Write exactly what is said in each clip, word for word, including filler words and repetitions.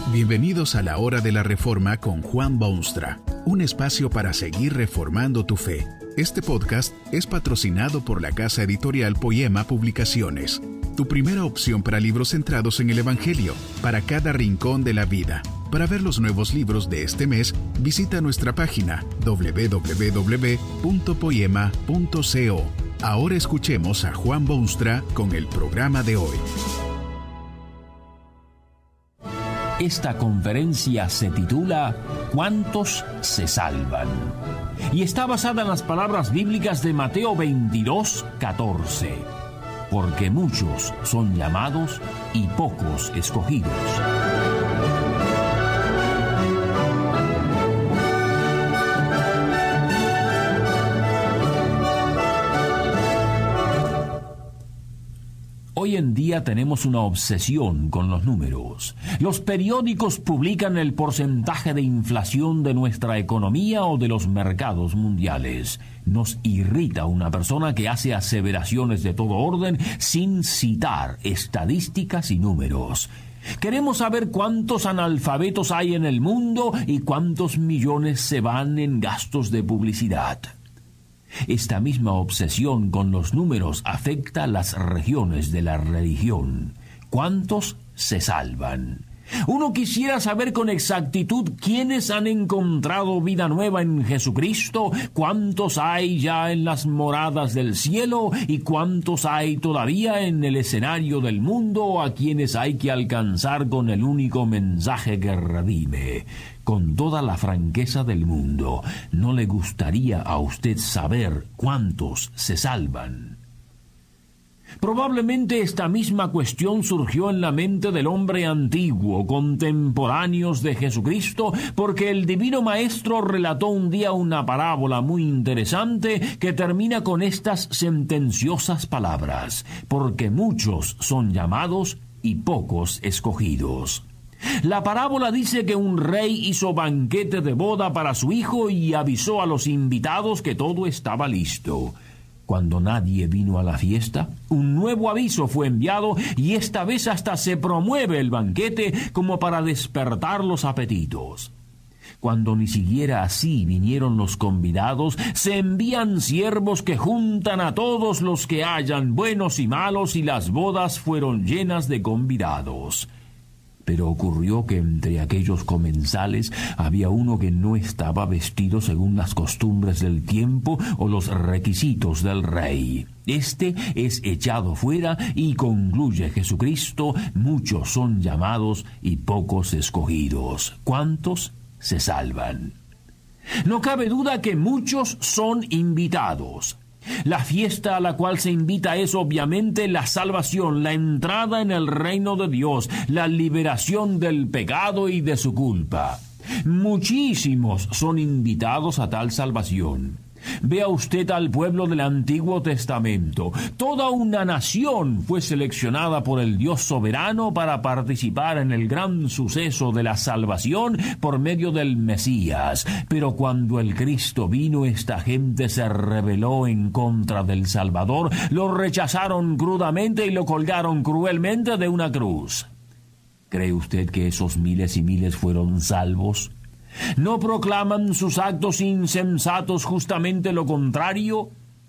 Bienvenidos a la Hora de la Reforma con Juan Boonstra, un espacio para seguir reformando tu fe. Este podcast es patrocinado por la casa editorial Poema Publicaciones, tu primera opción para libros centrados en el Evangelio, para cada rincón de la vida. Para ver los nuevos libros de este mes, visita nuestra página doble u doble u doble u punto poema punto co. Ahora escuchemos a Juan Boonstra con el programa de hoy. Esta conferencia se titula ¿Cuántos se salvan? Y está basada en las palabras bíblicas de Mateo veintidós, catorce. Porque muchos son llamados y pocos escogidos. Hoy en día tenemos una obsesión con los números. Los periódicos publican el porcentaje de inflación de nuestra economía o de los mercados mundiales. Nos irrita una persona que hace aseveraciones de todo orden sin citar estadísticas y números. Queremos saber cuántos analfabetos hay en el mundo y cuántos millones se van en gastos de publicidad. Esta misma obsesión con los números afecta las regiones de la religión. ¿Cuántos se salvan? Uno quisiera saber con exactitud quiénes han encontrado vida nueva en Jesucristo, cuántos hay ya en las moradas del cielo y cuántos hay todavía en el escenario del mundo a quienes hay que alcanzar con el único mensaje que redime. Con toda la franqueza del mundo, ¿no le gustaría a usted saber cuántos se salvan? Probablemente esta misma cuestión surgió en la mente del hombre antiguo, contemporáneos de Jesucristo, porque el Divino Maestro relató un día una parábola muy interesante que termina con estas sentenciosas palabras: porque muchos son llamados y pocos escogidos. La parábola dice que un rey hizo banquete de boda para su hijo y avisó a los invitados que todo estaba listo. Cuando nadie vino a la fiesta, un nuevo aviso fue enviado y esta vez hasta se promueve el banquete como para despertar los apetitos. Cuando ni siquiera así vinieron los convidados, se envían siervos que juntan a todos los que hayan, buenos y malos, y las bodas fueron llenas de convidados. Pero ocurrió que entre aquellos comensales había uno que no estaba vestido según las costumbres del tiempo o los requisitos del rey. Este es echado fuera y concluye Jesucristo: muchos son llamados y pocos escogidos. ¿Cuántos se salvan? No cabe duda que muchos son invitados. La fiesta a la cual se invita es obviamente la salvación, la entrada en el reino de Dios, la liberación del pecado y de su culpa. Muchísimos son invitados a tal salvación. Vea usted al pueblo del Antiguo Testamento. Toda una nación fue seleccionada por el Dios soberano para participar en el gran suceso de la salvación por medio del Mesías. Pero cuando el Cristo vino, esta gente se rebeló en contra del Salvador, lo rechazaron crudamente y lo colgaron cruelmente de una cruz. ¿Cree usted que esos miles y miles fueron salvos? ¿No proclaman sus actos insensatos justamente lo contrario?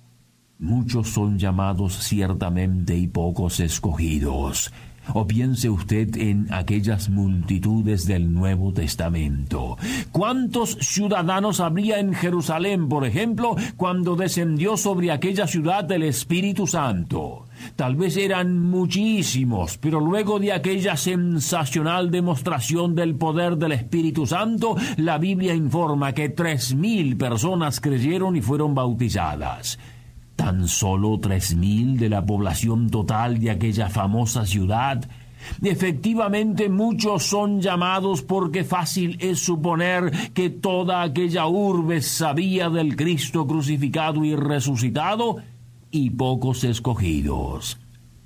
Muchos son llamados ciertamente y pocos escogidos. O piense usted en aquellas multitudes del Nuevo Testamento. ¿Cuántos ciudadanos habría en Jerusalén, por ejemplo, cuando descendió sobre aquella ciudad el Espíritu Santo? Tal vez eran muchísimos, pero luego de aquella sensacional demostración del poder del Espíritu Santo, la Biblia informa que tres mil personas creyeron y fueron bautizadas. Tan solo tres mil de la población total de aquella famosa ciudad. Efectivamente, muchos son llamados porque fácil es suponer que toda aquella urbe sabía del Cristo crucificado y resucitado, y pocos escogidos.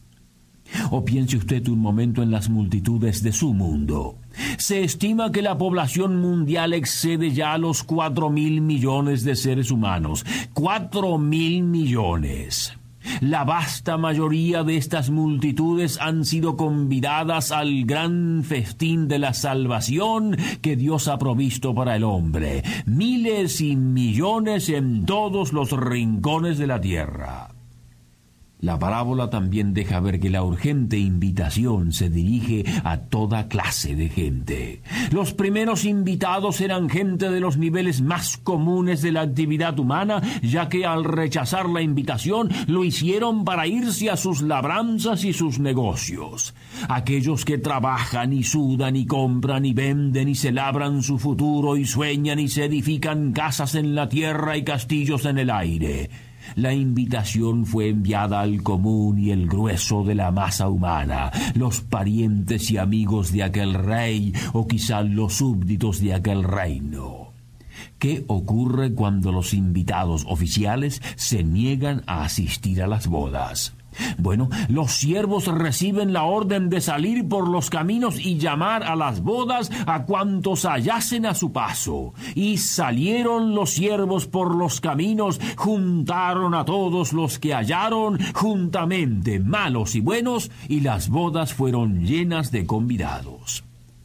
O piense usted un momento en las multitudes de su mundo. Se estima que la población mundial excede ya los cuatro mil millones de seres humanos. ¡Cuatro mil millones! La vasta mayoría de estas multitudes han sido convidadas al gran festín de la salvación que Dios ha provisto para el hombre. Miles y millones en todos los rincones de la tierra. La parábola también deja ver que la urgente invitación se dirige a toda clase de gente. Los primeros invitados eran gente de los niveles más comunes de la actividad humana, ya que al rechazar la invitación lo hicieron para irse a sus labranzas y sus negocios. Aquellos que trabajan y sudan y compran y venden y se labran su futuro y sueñan y se edifican casas en la tierra y castillos en el aire. La invitación fue enviada al común y el grueso de la masa humana, los parientes y amigos de aquel rey o quizá los súbditos de aquel reino. ¿Qué ocurre cuando los invitados oficiales se niegan a asistir a las bodas? Bueno, los siervos reciben la orden de salir por los caminos y llamar a las bodas a cuantos hallasen a su paso. Y salieron los siervos por los caminos, juntaron a todos los que hallaron, juntamente malos y buenos, y las bodas fueron llenas de convidados.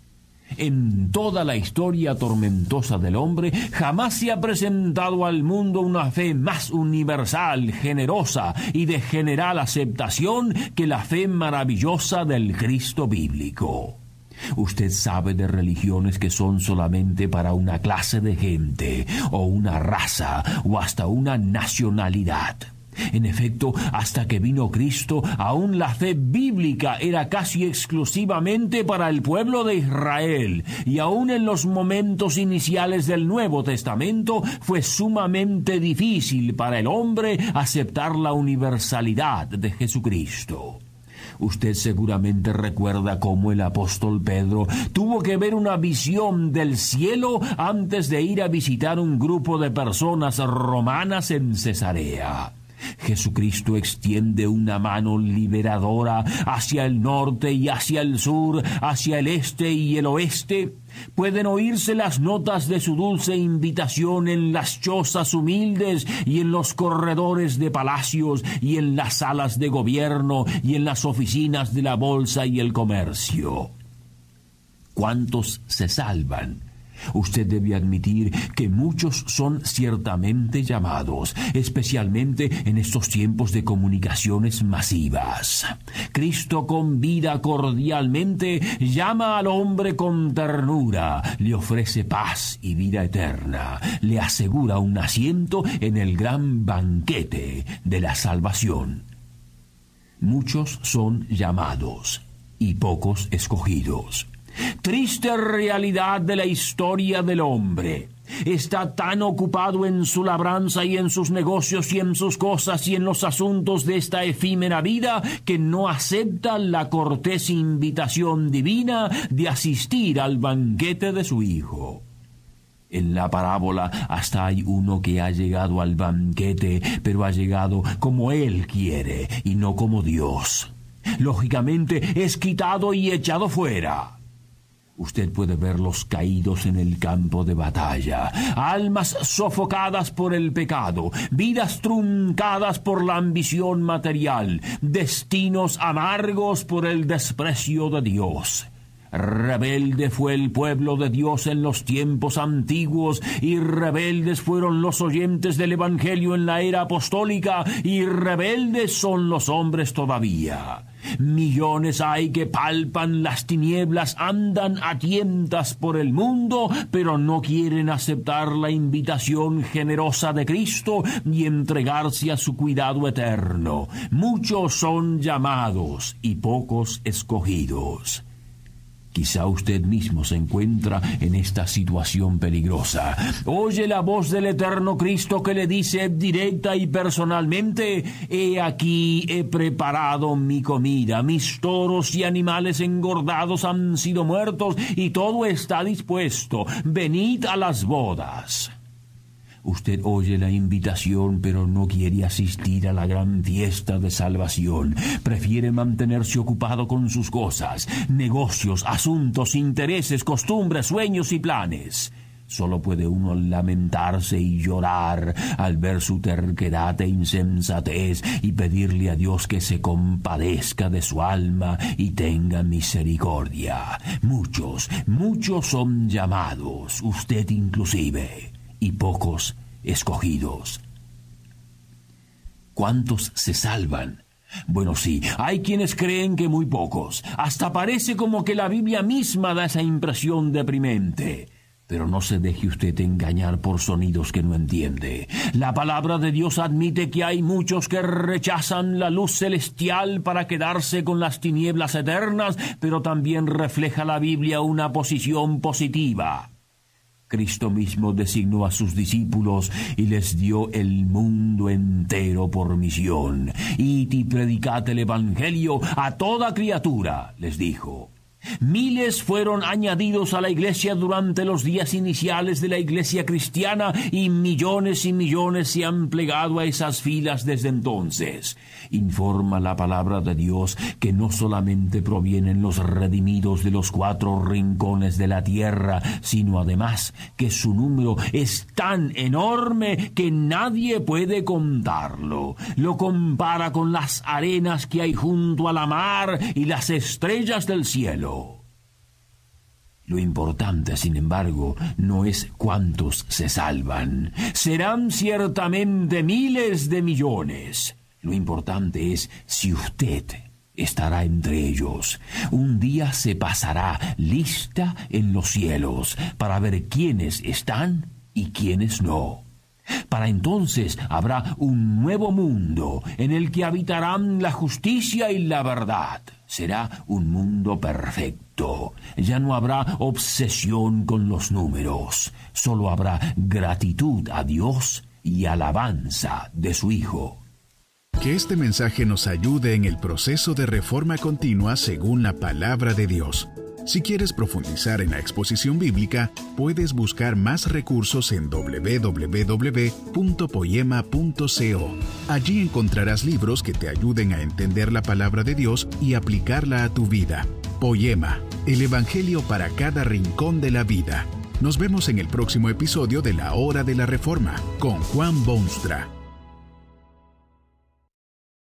En toda la historia tormentosa del hombre, jamás se ha presentado al mundo una fe más universal, generosa y de general aceptación que la fe maravillosa del Cristo bíblico. Usted sabe de religiones que son solamente para una clase de gente, o una raza, o hasta una nacionalidad. En efecto, hasta que vino Cristo, aún la fe bíblica era casi exclusivamente para el pueblo de Israel, y aún en los momentos iniciales del Nuevo Testamento fue sumamente difícil para el hombre aceptar la universalidad de Jesucristo. Usted seguramente recuerda cómo el apóstol Pedro tuvo que ver una visión del cielo antes de ir a visitar un grupo de personas romanas en Cesarea. Jesucristo extiende una mano liberadora hacia el norte y hacia el sur, hacia el este y el oeste. Pueden oírse las notas de su dulce invitación en las chozas humildes y en los corredores de palacios y en las salas de gobierno y en las oficinas de la bolsa y el comercio. ¿Cuántos se salvan? Usted debe admitir que muchos son ciertamente llamados, especialmente en estos tiempos de comunicaciones masivas. Cristo convida cordialmente, llama al hombre con ternura, le ofrece paz y vida eterna, le asegura un asiento en el gran banquete de la salvación. Muchos son llamados y pocos escogidos. Triste realidad de la historia del hombre. Está tan ocupado en su labranza y en sus negocios y en sus cosas y en los asuntos de esta efímera vida que no acepta la cortés invitación divina de asistir al banquete de su Hijo. En la parábola hasta hay uno que ha llegado al banquete, pero ha llegado como él quiere y no como Dios. Lógicamente es quitado y echado fuera. Usted puede verlos caídos en el campo de batalla, almas sofocadas por el pecado, vidas truncadas por la ambición material, destinos amargos por el desprecio de Dios. Rebelde fue el pueblo de Dios en los tiempos antiguos, y rebeldes fueron los oyentes del Evangelio en la era apostólica, y rebeldes son los hombres todavía. Millones hay que palpan las tinieblas, andan a tientas por el mundo, pero no quieren aceptar la invitación generosa de Cristo y entregarse a su cuidado eterno. Muchos son llamados y pocos escogidos. Quizá usted mismo se encuentra en esta situación peligrosa. Oye la voz del eterno Cristo que le dice directa y personalmente: he aquí, he preparado mi comida, mis toros y animales engordados han sido muertos y todo está dispuesto. Venid a las bodas. Usted oye la invitación, pero no quiere asistir a la gran fiesta de salvación. Prefiere mantenerse ocupado con sus cosas, negocios, asuntos, intereses, costumbres, sueños y planes. Solo puede uno lamentarse y llorar al ver su terquedad e insensatez y pedirle a Dios que se compadezca de su alma y tenga misericordia. Muchos, muchos son llamados, usted inclusive, y pocos escogidos. ¿Cuántos se salvan? Bueno, sí, hay quienes creen que muy pocos. Hasta parece como que la Biblia misma da esa impresión deprimente. Pero no se deje usted engañar por sonidos que no entiende. La palabra de Dios admite que hay muchos que rechazan la luz celestial para quedarse con las tinieblas eternas, pero también refleja la Biblia una posición positiva. Cristo mismo designó a sus discípulos y les dio el mundo entero por misión. Id y predicad el Evangelio a toda criatura, les dijo. Miles fueron añadidos a la iglesia durante los días iniciales de la iglesia cristiana y millones y millones se han plegado a esas filas desde entonces. Informa la palabra de Dios que no solamente provienen los redimidos de los cuatro rincones de la tierra, sino además que su número es tan enorme que nadie puede contarlo. Lo compara con las arenas que hay junto a la mar y las estrellas del cielo. Lo importante, sin embargo, no es cuántos se salvan. Serán ciertamente miles de millones. Lo importante es si usted estará entre ellos. Un día se pasará lista en los cielos para ver quiénes están y quiénes no. Para entonces habrá un nuevo mundo en el que habitarán la justicia y la verdad. Será un mundo perfecto. Ya no habrá obsesión con los números. Solo habrá gratitud a Dios y alabanza de su Hijo. Que este mensaje nos ayude en el proceso de reforma continua según la palabra de Dios. Si quieres profundizar en la exposición bíblica, puedes buscar más recursos en doble u doble u doble u punto poema punto co. Allí encontrarás libros que te ayuden a entender la palabra de Dios y aplicarla a tu vida. Poema, el Evangelio para cada rincón de la vida. Nos vemos en el próximo episodio de La Hora de la Reforma con Juan Boonstra.